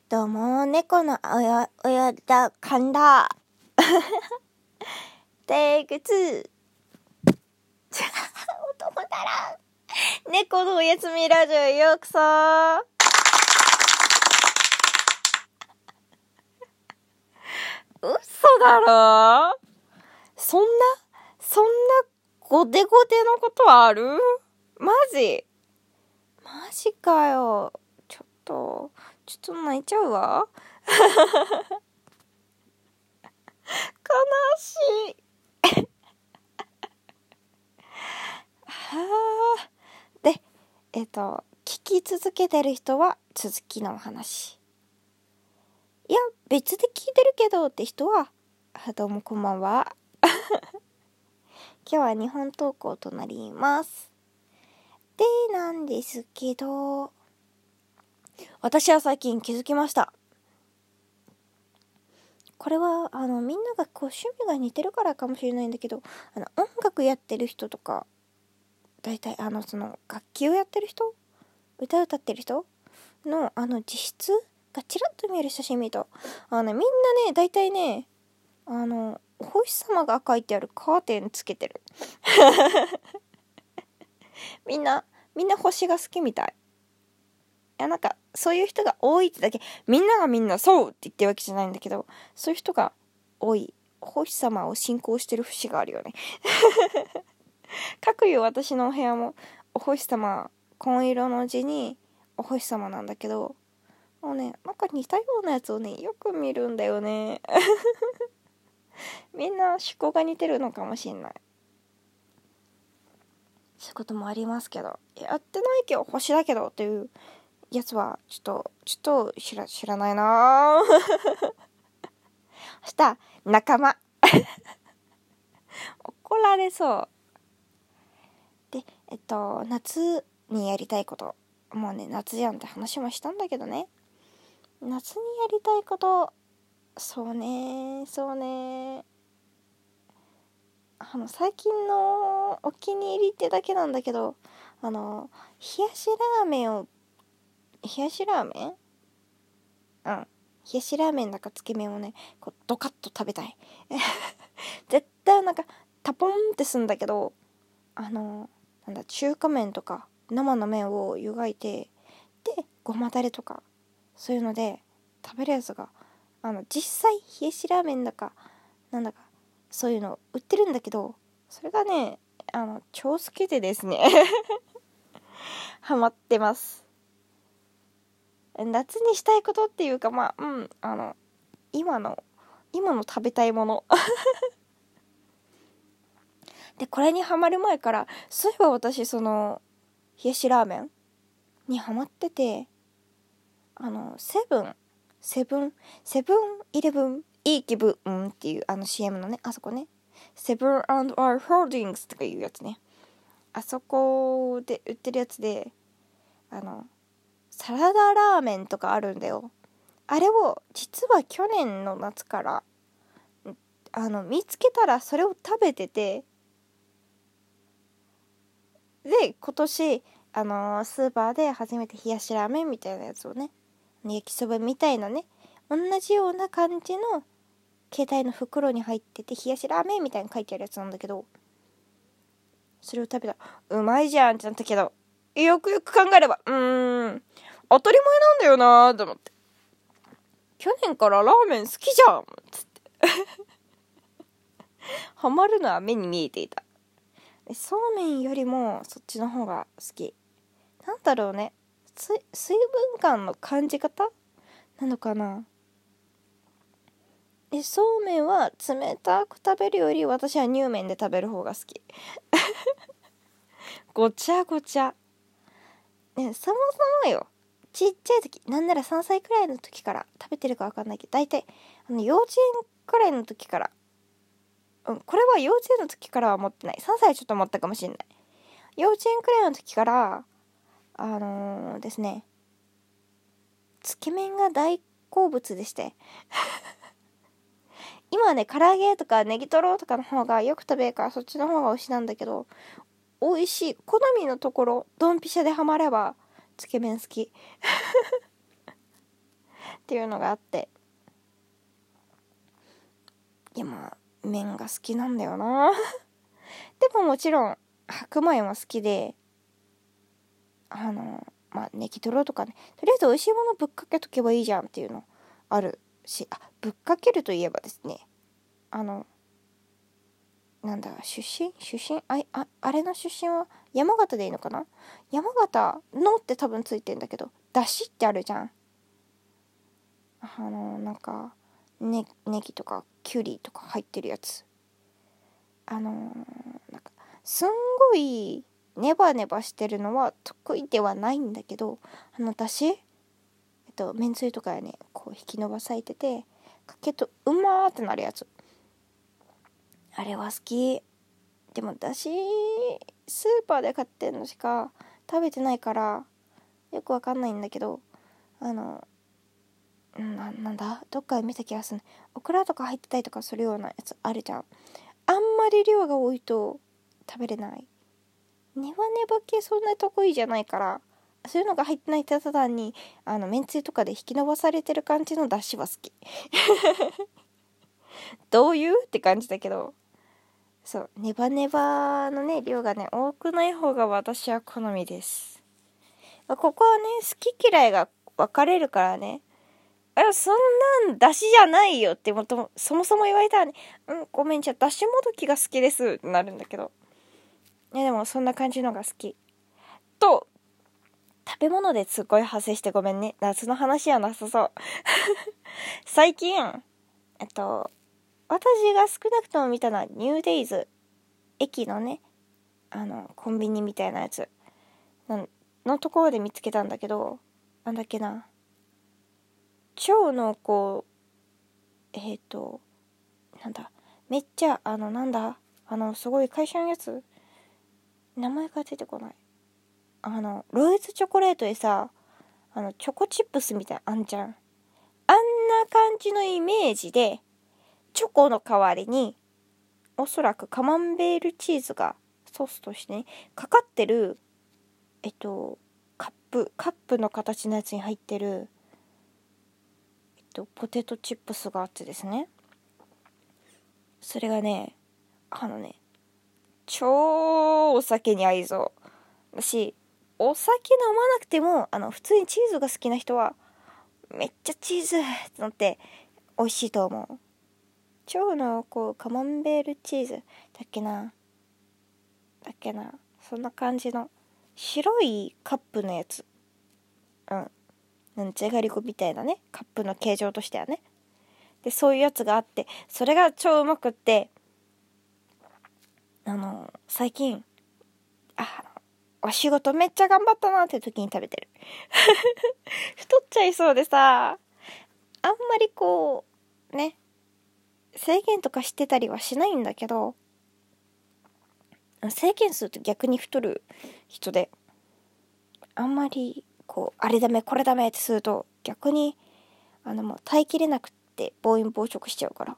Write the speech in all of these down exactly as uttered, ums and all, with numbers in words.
どうも、猫のおや、おやだ、かんだ。テイクツー。音もたらん。猫のおやすみラジオへようこそ。嘘だろ。そんな、そんな、ゴテゴテのことある？マジ？マジかよ。ちょっと、ちょっと泣いちゃうわ。悲しい。はあ。で、えっと、聞き続けてる人は続きのお話。いや、別で聞いてるけどって人は、どうもこんばんは。今日は日本投稿となります。で、なんですけど、私は最近気づきました。これはあのみんながこう趣味が似てるからかもしれないんだけど、あの音楽やってる人とか、だいたいあのその楽器をやってる人、歌歌ってる人のあの自筆がちらっと見える写真見ると、あのみんなね、だいたいね、あのお星様が書いてあるカーテンつけてる。みんなみんな星が好きみたい。いや、なんかそういう人が多いってだけ、みんながみんなそうって言ってるわけじゃないんだけど、そういう人が多い。お星様を信仰してる節があるよね。かくいう私のお部屋もお星様、紺色の字にお星様なんだけど、もうね、なんか似たようなやつをね、よく見るんだよね。みんな趣向が似てるのかもしんない。そういうこともありますけど、やってないけど星だけどっていうやつはちょっとちょっと知ら知らないな。そしたら仲間。怒られそう。で、えっと夏にやりたいこと、もうね夏じゃんって話もしたんだけどね。夏にやりたいこと、そうねそうね。あの最近のお気に入りってだけなんだけど、あの冷やしラーメンを冷やしラーメンうん冷やしラーメンだかつけ麺をね、こうドカッと食べたい。絶対なんかタポンってすんだけど、あのなんだ中華麺とか生の麺を湯がいて、でごまだれとかそういうので食べるやつが、あの実際冷やしラーメンだかなんだかそういうの売ってるんだけど、それがね、あの超好きでですね。ハマってます。夏にしたいことっていうか、まあうんあの今の今の食べたいもの。でこれにハマる前から、そういえば私その冷やしラーメンにハマってて、あのセブンセブンセブンイレブンいい気分っていうあの シーエム のね、あそこね、セブン&アイ・ホールディングスとかいうやつね、あそこで売ってるやつで、あのサラダラーメンとかあるんだよ。あれを実は去年の夏からあの見つけたらそれを食べてて、で今年あのー、スーパーで初めて冷やしラーメンみたいなやつをね、焼きそばみたいなね、同じような感じの携帯の袋に入ってて、冷やしラーメンみたいに書いてあるやつなんだけど、それを食べたらうまいじゃんってなったけど、よくよく考えればうーん当たり前なんだよなと思って、去年からラーメン好きじゃんつってハマるのは目に見えていた。そうめんよりもそっちの方が好き。なんだろうね、水分感の感じ方なのかな。えそうめんは冷たく食べるより私は乳麺で食べる方が好き。ごちゃごちゃ、ね、そもそもよ、ちっちゃい時、なんならさんさいくらいの時から食べてるか分かんないけど、だいたいあの幼稚園くらいの時から、うん、これは幼稚園の時からは持ってない、さんさいちょっと持ったかもしれない。幼稚園くらいの時からあのー、ですねつけ麺が大好物でして今はね唐揚げとかネギトロとかの方がよく食べるから、そっちの方が推しなんだけど、美味しい好みのところドンピシャでハマればつけ麺好き。 っていうのがあって、いやまあ麺が好きなんだよなでももちろん白米も好きで、あのまあネギトロとかね、とりあえず美味しいものぶっかけとけばいいじゃんっていうのあるし、あ、ぶっかけるといえばですね、あのなんだ出身出身あああれの出身は山形でいいのかな、山形のって多分ついてんだけど、だしってあるじゃん、あのなんかねネギとかキュウリとか入ってるやつ、あのー、なんかすんごいネバネバしてるのは得意ではないんだけど、あのだし、えっとめんつゆとかやね、こう引き伸ばされててかけとうまーってなるやつ、あれは好き。でもだしスーパーで買ってんのしか食べてないからよくわかんないんだけど、あのな, なんだどっかで見た気がする、オクラとか入ってたりとかするようなやつあるじゃん、あんまり量が多いと食べれない。ネバネバ系そんな得意じゃないから、そういうのが入ってない、ただ単にあのめんつゆとかで引き伸ばされてる感じの出汁は好きどういうって感じだけど、そうネバネバのね量がね多くない方が私は好みです。ここはね好き嫌いが分かれるからね、あ、そんなん出汁じゃないよってもとそもそも言われたらね、うんごめん、じゃあ出汁もどきが好きですってなるんだけど、ね、でもそんな感じのが好きと、食べ物ですっごい派生してごめんね、夏の話はなさそう最近えっと私が少なくとも見たのはニューデイズ、駅のねあのコンビニみたいなやつののところで見つけたんだけど、なんだっけな、超濃厚、えっ、ー、となんだめっちゃあのなんだあのすごい会社のやつ、名前が出てこない、あのロイズチョコレートでさ、あのチョコチップスみたいなあんじゃん、あんな感じのイメージでチョコの代わりにおそらくカマンベールチーズがソースとしてねかかってる、えっとカップカップの形のやつに入ってる、えっとポテトチップスがあってですね、それがねあのね超お酒に合いそうだし、お酒飲まなくてもあの普通にチーズが好きな人はめっちゃチーズってなって美味しいと思う。超濃厚カマンベールチーズだっけなだっけなそんな感じの白いカップのやつ、うんなんじゃがりこみたいなねカップの形状としてはね、でそういうやつがあって、それが超うまくって、あの最近あお仕事めっちゃ頑張ったなって時に食べてる太っちゃいそうでさ、あんまりこうね制限とかしてたりはしないんだけど、制限すると逆に太る人で、あんまりこうあれダメこれダメってすると逆にあのもう耐えきれなくって暴飲暴食しちゃうから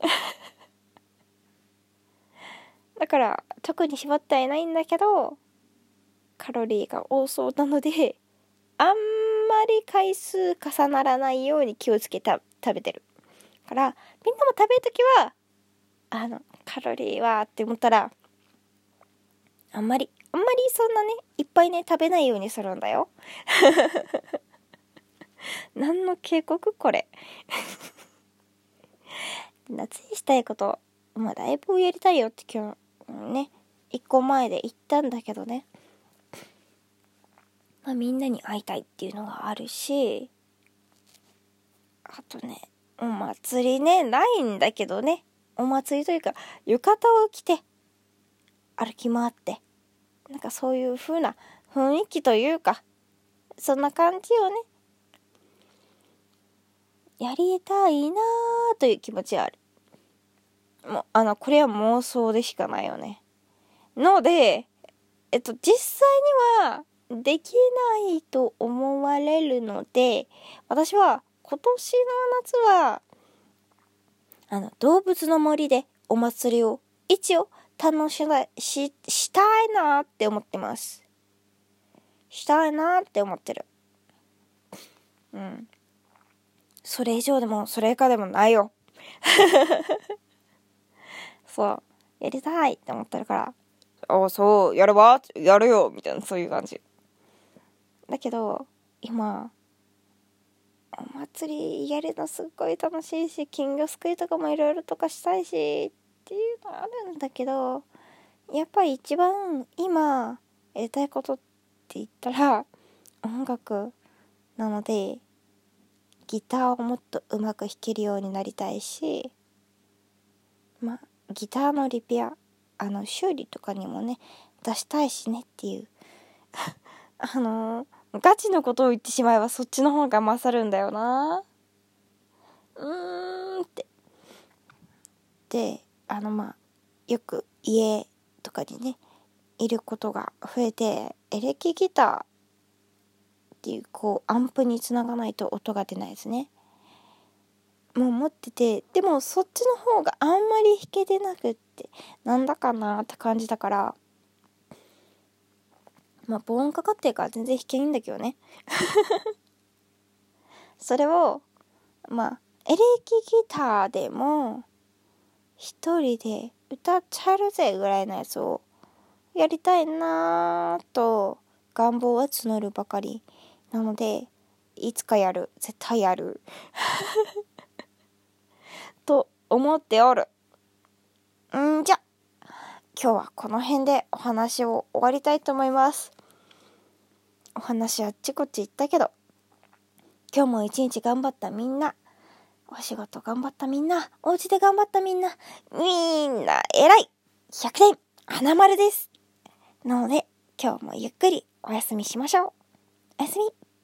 だから特に絞ってはいないんだけどカロリーが多そうなのであんまり回数重ならないように気をつけて食べてるからみんなも食べるときはあのカロリーはって思ったらあんまりあんまりそんなねいっぱいね食べないようにするんだよ何の警告これ夏にしたいことまあライブをやりたいよって今日ねいっこまえで言ったんだけどね、まあ、みんなに会いたいっていうのがあるし、あとねお祭りねないんだけどね、お祭りというか浴衣を着て歩き回ってなんかそういう風な雰囲気というかそんな感じをねやりたいなという気持ちはある。もうあのこれは妄想でしかないよね。のでえっと実際にはできないと思われるので、私は今年の夏はあの動物の森でお祭りを一応楽しみししたいなって思ってます。したいなって思ってる。うん。 それ以上でもそれ以下でもないよそうやりたいって思ってるから、ああそうやればやるよみたいな、そういう感じだけど、今お祭りやるのすっごい楽しいし、金魚すくいとかもいろいろとかしたいしっていうのあるんだけど、やっぱり一番今やりたいことって言ったら音楽なので、ギターをもっと上手く弾けるようになりたいし、まあギターのリペア、あの修理とかにもね出したいしねっていうあのー、ガチのことを言ってしまえばそっちの方が勝るんだよな。うーんってで、あのまあよく家とかにねいることが増えて、エレキギターっていうこうアンプにつながないと音が出ないですね。もう持ってて、でもそっちの方があんまり弾けてなくって、なんだかなって感じだから、まあ防音かかってるから全然弾けないんだけどねそれをまあエレキギターでも一人で歌っちゃるぜぐらいのやつをやりたいなぁと願望は募るばかりなので、いつかやる、絶対やると思っておる。んじゃ今日はこの辺でお話を終わりたいと思います。お話あっちこっち言ったけど、今日も一日頑張ったみんな、お仕事頑張ったみんな、お家で頑張ったみんな、みんな偉いひゃくてん花丸です。なので今日もゆっくりお休みしましょう。おやすみ。